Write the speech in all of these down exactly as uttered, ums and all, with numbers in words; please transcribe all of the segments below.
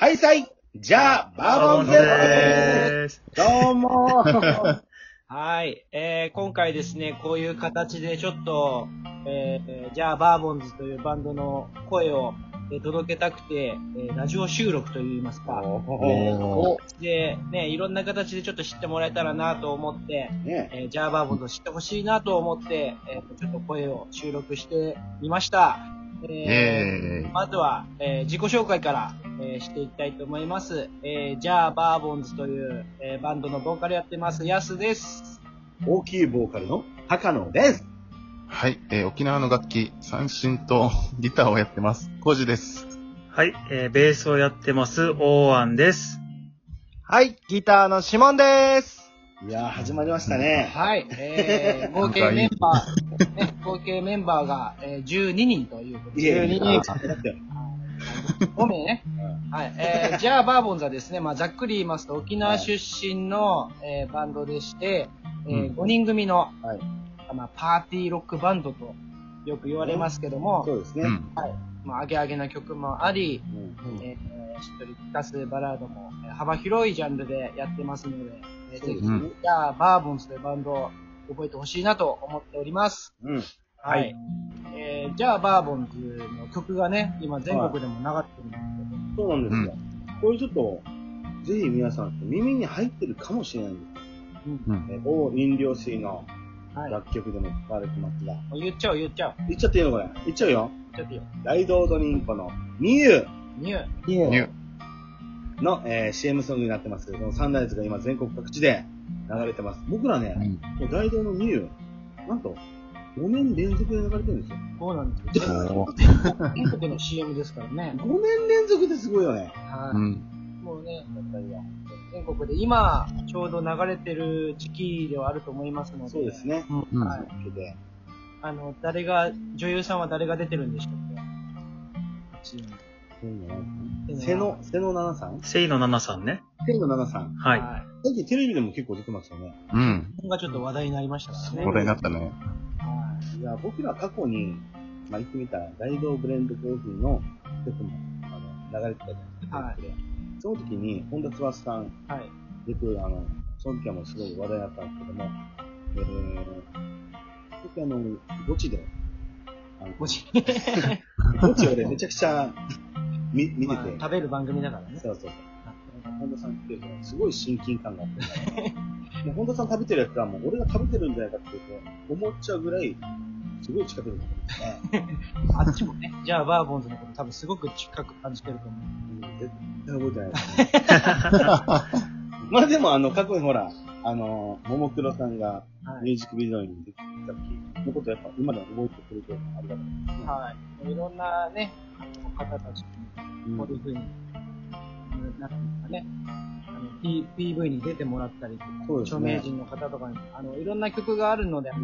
はいさい、じゃあ、バーボンズです。どうもー。 はい、えー、今回ですね、こういう形でちょっと、えー、じゃあバーボンズというバンドの声を、えー、届けたくて、えー、ラジオ収録といいますか、 おーで、ね、いろんな形でちょっと知ってもらえたらなと思って、ねえー、じゃあバーボンズを知ってほしいなと思って、えー、ちょっと声を収録してみました。えー、まずは、えー、自己紹介から、えー、していきたいと思います。えー、じゃあバーボンズという、えー、バンドのボーカルやってます、ヤスです。 大きいボーカルの高野です。 はい、えー、沖縄の楽器、三振とギターをやってます、コウジです。 はい、えー、ベースをやってます、オーアンです。 はい、ギターのシモンです。 いやー、始まりましたね。 はい、えー、合計メンバー、ね、合計メンバーが、えー、じゅうににんということで。 じゅうににん。 ごめんね。はい。えー、じゃあ、バーボンズはですね、まあ、ざっくり言いますと、沖縄出身の、えー、バンドでして、えー、ごにん組の、はい、まあ、パーティーロックバンドとよく言われますけども、 そうですね。 はい。まあ、アゲアゲな曲もあり、うん、えー、しっとり聴かすバラードも、えー、幅広いジャンルでやってますので、えー、ぜひ、うん、じゃあ、バーボンズというバンドを覚えてほしいなと思っております。うん。はい。はい、えー、じゃあ、バーボンズの曲がね、今全国でも流れてるんですけど、そうなんですよ。うん、これちょっと、ぜひ皆さん、耳に入ってるかもしれないんです。うん。えー、某飲料水の楽曲でも使われてますが。 はい、言っちゃう、言っちゃう。 言っちゃっていいのこれ。言っちゃうよ。 言っちゃっていいよ。 ライドードリンコのミュー。 ミュー。 ミュー。の、えー、シーエム ソングになってます。このサンライズが今全国各地で流れてます。僕らね、うん、ライドのミュー、なんと、ごねん連続で流れてるんですよ。 そうなんですよ。全国の シーエム ですからね。 ごねん連続ってすごいよね。 はい。うん、もうね、やっぱり全国で今、ちょうど流れてる時期ではあると思いますので。 そうですね。 うん。はい。あの、誰が、女優さんは誰が出てるんでしたっけ？ シーエム。 瀬野、瀬野奈々さん瀬野奈々さんね。 瀬野奈々さん。 はい。 最近テレビでも結構出てますよね。 うん。 それがちょっと話題になりましたからね。 話題になったね。 はい。いや、僕ら過去に、まあ、言ってみたら、大道ブレンドコーヒーの曲も、あの、流れてたじゃないですか。はい。その時に、本田翼さん。はい。出て、あの、その時はもうすごい話題だったんですけども、えー、僕あの、ゴチで、 ゴチゴチ俺めちゃくちゃ、見、見てて、まあ。 食べる番組だからね。 そうそうそう。本田さんってすごい親近感があって、もう本田さん食べてるやつはもう俺が食べてるんじゃないかって思っちゃうぐらい、すごい近くにいるんですね。 あっちもね、じゃあバーボンズのこと多分すごく近く感じてると思う。 うん、絶対覚えてないですね。まあでもあの、過去にほら、あの、ももクロさんがミュージックビデオに出てきた時のことやっぱ今でも覚えてくれてるのがありがたいですね。 はい。いろんなね、あの方たちに、こういうふうに、うん、なんていうかね、あの、P、ピーブイ に出てもらったりとか、ね、著名人の方とかに、あの、いろんな曲があるので、うん、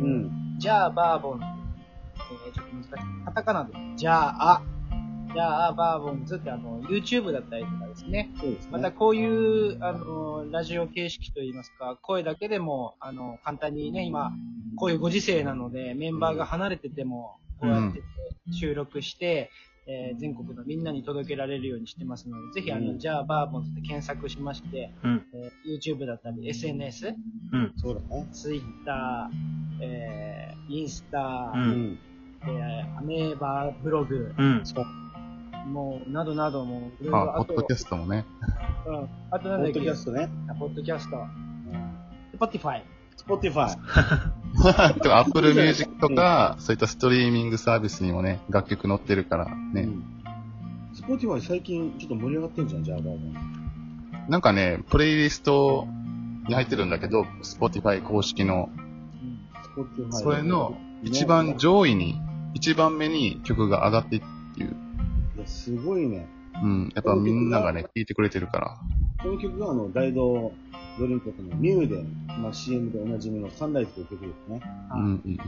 じゃあバーボンズ、えー、ちょっと難しい。カタカナで、じゃあ、じゃあバーボンズってあの、YouTube だったりとかですね。そうですね。またこういう、あの、ラジオ形式といいますか、声だけでも、あの、簡単にね、今、こういうご時世なので、メンバーが離れてても、こうやって収録して、うん、えー、全国のみんなに届けられるようにしてますので、ぜひあの、うん、じゃあバーボンズで検索しまして、うん、えー、YouTube だったり、エスエヌエス、 うん、そうだね。 Twitter、えー、インスタ、うん、えー、アメーバブログ、うん、そうもう、などなども、 いろいろあ、ポッドキャストもね。 うん。あとなんだっけ？ ポッドキャストね。 ポッドキャスト。スポティファイ。 スポティファイ。 アップルミュージックとか、そういったストリーミングサービスにもね、楽曲載ってるからね。 スポティファイ最近ちょっと盛り上がってんじゃん、じゃあ、バーボン。 なんかね、プレイリストに入ってるんだけど、スポティファイ公式の。うん、それの一番上位に、一番目に曲が上がっていっていう。 いや、すごいね。 うん。やっぱみんながね、聴いてくれてるから。 この曲があの、大道ドリンクのミューで、まあ シーエム でおなじみのサンライズという曲ですね。 うんうんうん。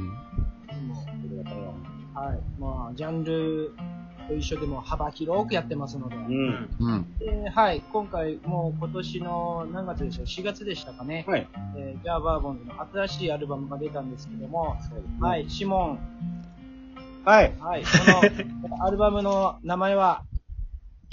はい。まあ、ジャンルと一緒でも幅広くやってますので。うん。うん。で、はい。今回、もう今年の何月でしょう ?しがつでしたかね。はい。えー、ジャーバーボンズの新しいアルバムが出たんですけども、そうですね、はい。シモン。 はい。 はい。このアルバムの名前は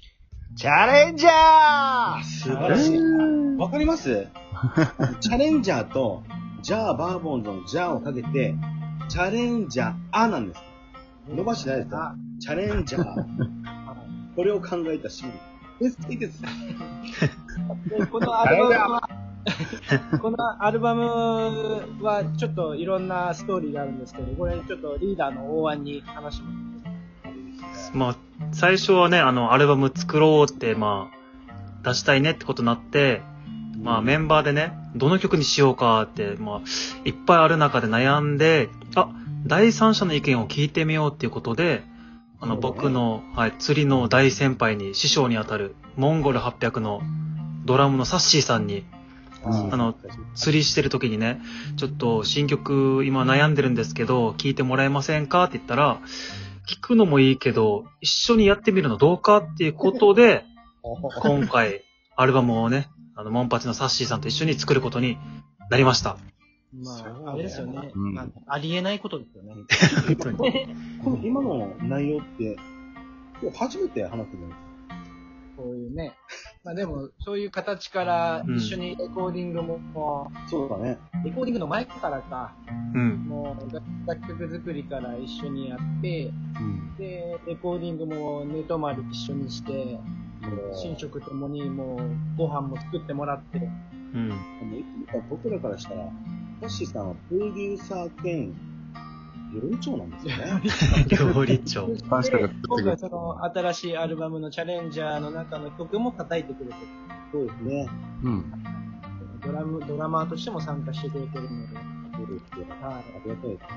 チャレンジャー素晴らしい。わかりますチャレンジャーと、ジャーバーボンズのジャーをかけて、チャレンジャーあなんです。伸ばしてないですかチャレンジャー。これを考えたシーン。です。いいです。 このアルバムは、このアルバムはちょっといろんなストーリーがあるんですけど、これちょっとリーダーの大安に話してもらってます。まあ、最初はね、あの、アルバム作ろうって、まあ、出したいねってことになって、まあ、メンバーでね、どの曲にしようかって、まあ、いっぱいある中で悩んで、あ、第三者の意見を聞いてみようっていうことで、あの、僕の、はい、釣りの大先輩に、師匠にあたる、モンゴルはっぴゃくのドラムのサッシーさんに、あの、釣りしてる時にね、ちょっと新曲今悩んでるんですけど、聞いてもらえませんかって言ったら、聞くのもいいけど、一緒にやってみるのどうかっていうことで、今回、アルバムをね、あの、モンパチのサッシーさんと一緒に作ることになりました。 まあ、あれですよね、うんまあ。ありえないことですよね。 この今の内容って、今日初めて話してるんです。 こういうね。まあでも、そういう形から一緒にレコーディングも、 うん、そうだね。 レコーディングの前からか、うん、もう楽曲作りから一緒にやって、うん、で、レコーディングも寝泊まり一緒にして、寝食ともにもうご飯も作ってもらって。うん。 僕らからしたら、サッシーさんはプロデューサー兼料理長なんですよね。 料理長。 今回その新しいアルバムのチャレンジャーの中の曲も叩いてくれてる。 そうですね。うん。 ドラム、ドラマーとしても参加してくれてるので。 そうですよ。はい。ありがたいです。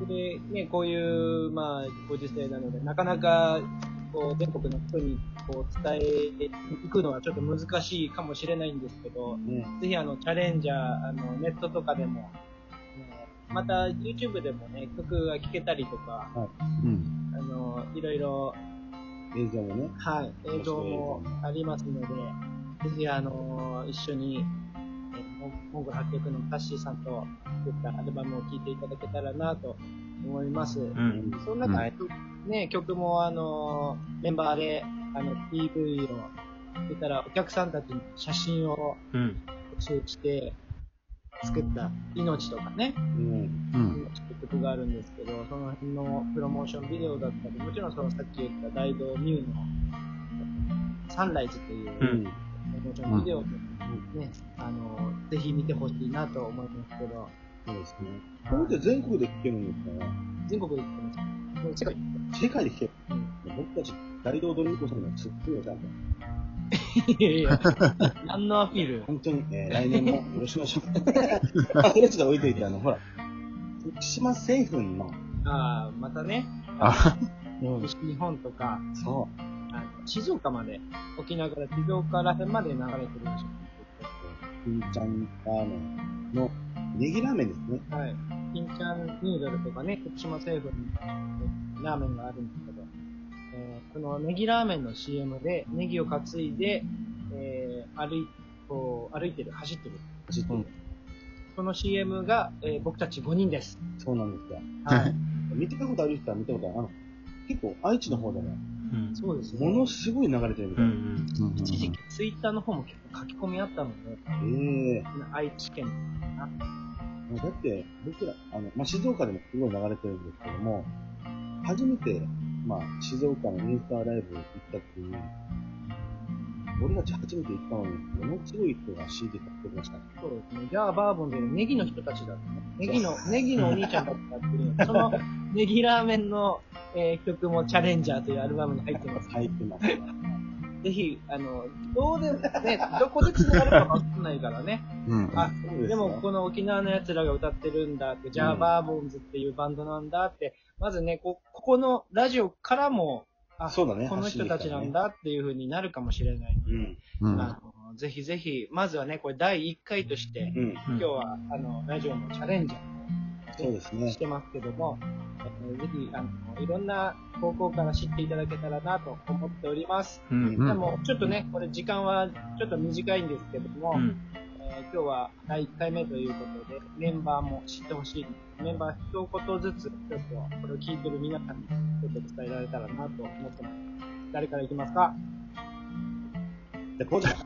で、ね、こういう、まあ、ご時世なので、なかなか、こう、全国の人に、こう、伝えていくのはちょっと難しいかもしれないんですけど、ね、ぜひあの、チャレンジャー、あの、ネットとかでも、また YouTube でもね、曲が聴けたりとか、はいうん、あの、いろいろ、 映像もね。 はい、映像もありますので、ぜひあの、一緒に、モンゴルはっぴゃくのタッシーさんと作ったアルバムを聴いていただけたらなと思います。うん、その中、うん、ね、曲もあの、メンバーで、あの、ピーブイ を、そしたらお客さんたちに写真を募集して、作った命とかね、うん、曲があるんですけど、その辺のプロモーションビデオだったり、もちろんそのさっき言った大道ミュウのサンライズという、うん、プロモーションビデオでね、うん、あの、ぜひ見てほしいなと思いますけど。 そうですね。これって全国で聴けるんですかね？ 全国で聴けます。世界世界で聴ける、うん、僕たち大道ドリンクさんのすっごいじゃん。 いやいや、何のアピール本当に、えー、来年もよろしくお願いします。あ、それちょっと置いといて、あの、ほら、徳島製粉の。 ああ、またね。あ西日本とか、 そう。 あ静岡まで、沖縄から静岡ら辺まで流れてるでしょ。 金ちゃんラーメンのネギラーメンですね。 はい。金ちゃんヌードルとかね、徳島製粉のラーメンがあるんですけど、えー、このネギラーメンの シーエム でネギを担いで、えー、歩いこう歩いてる走ってる走ってる、うん、 その シーエム が、えー、僕たちごにんです。 そうなんですよ。はい。見たことある人は見たことある。あの結構愛知の方でね、 うん、そうですね。 ものすごい流れてるみたいな。うんうん、一時期ツイッターの方も結構書き込みあったので、 えー、愛知県かな。 だって僕らあのまあ静岡でもすごい流れてるんですけども、初めてまあ、静岡のインスタライブ行った時に、俺たち初めて行ったのに、ものすごい人が シーディー 買ってきました。 そうですね。じゃあ、バーボンでネギの人たちだったね。ネギの、ネギのお兄ちゃんたちがやってる。その、ネギラーメンの、えー、曲もチャレンジャーというアルバムに入ってます。 入ってます。 ぜひ、あの、どうでもね、どこで繋がるかわかんないからね。うん。あ、で, でもこの沖縄の奴らが歌ってるんだって、じゃあ、バーボンズっていうバンドなんだって、まずね、こ、ここのラジオからも、あ、そうだね、この人たちなんだっていう風になるかもしれないので、うん、あのぜひぜひ、まずはね、これだいいっかいとして、うん、今日は、あの、ラジオのチャレンジャーを、そうですね、してますけども、えー、ぜひ、あの、いろんな方向から知っていただけたらなと思っております。うん、でも、ちょっとね、これ時間はちょっと短いんですけども、うんえー、今日はだいいっかいめということで、メンバーも知ってほしい。メンバー一言ずつ、ちょっとこれを聞いてる皆さんにちょっと伝えられたらなと思ってます。誰からいきますか？ じゃ、コージか。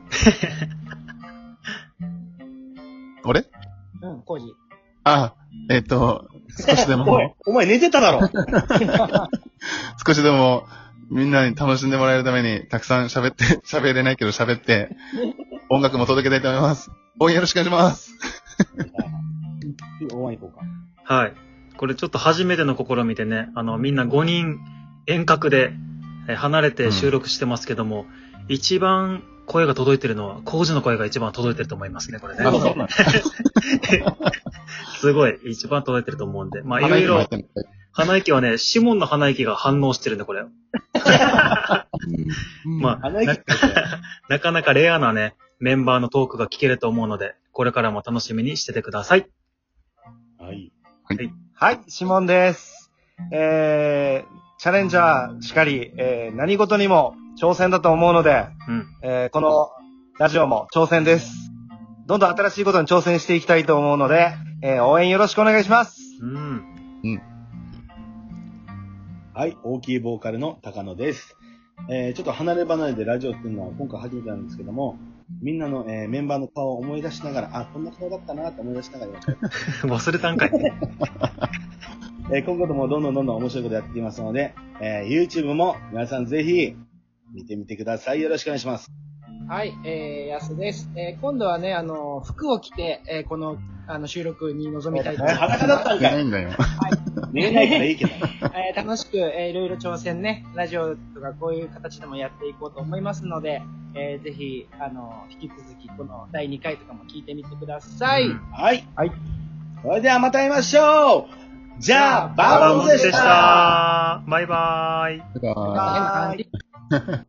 俺うん、コージ。 あ、えっ、ー、と、少しでも。 おい、お前寝てただろ少しでも、みんなに楽しんでもらえるために、たくさん喋って、喋れないけど喋って、音楽も届けたいと思います。応援よろしくお願いします。 応援行こうか。 はい。これちょっと初めての試みでね、あの、みんなごにん遠隔で、え離れて収録してますけども、うん、一番声が届いてるのは、コージの声が一番届いてると思いますね、これね。 あ、そうなんですすごい、一番届いてると思うんで。まあ、いろいろ、鼻息はね、シモンの鼻息が反応してるんで、これ。まあ、な, なかなかレアなね、メンバーのトークが聞けると思うので、これからも楽しみにしててください。 はい。 はい。はい、シモンです。えー、チャレンジャーしかり、えー、何事にも挑戦だと思うので、うんえー、このラジオも挑戦です。どんどん新しいことに挑戦していきたいと思うので、えー、応援よろしくお願いします。うん。うん。 はい、大きいボーカルの高野です。えー、ちょっと離れ離れでラジオっていうのは今回初めてなんですけども、みんなの、えー、メンバーの顔を思い出しながら、あ、こんな顔だったなと思い出しながら忘れたんかい、 えー、今後ともどんどんどんどん面白いことやっていきますので、えー、YouTube も皆さんぜひ見てみてください。よろしくお願いします。 はい、えー、やすです。えー、今度はね、あの、服を着て、えー、この、あの、収録に臨みたいと思います。 裸だったんかい。 ないんだよ。 はい。見えないからいいけど。 えー、楽しく、えー、いろいろ挑戦ね、ラジオとかこういう形でもやっていこうと思いますので、えー、ぜひ、あの、引き続き、このだいにかいとかも聞いてみてください。うん、 はい。はい。それではまた会いましょう。じゃあ、バーボンでした。 バイバーイ。 バイバーイ。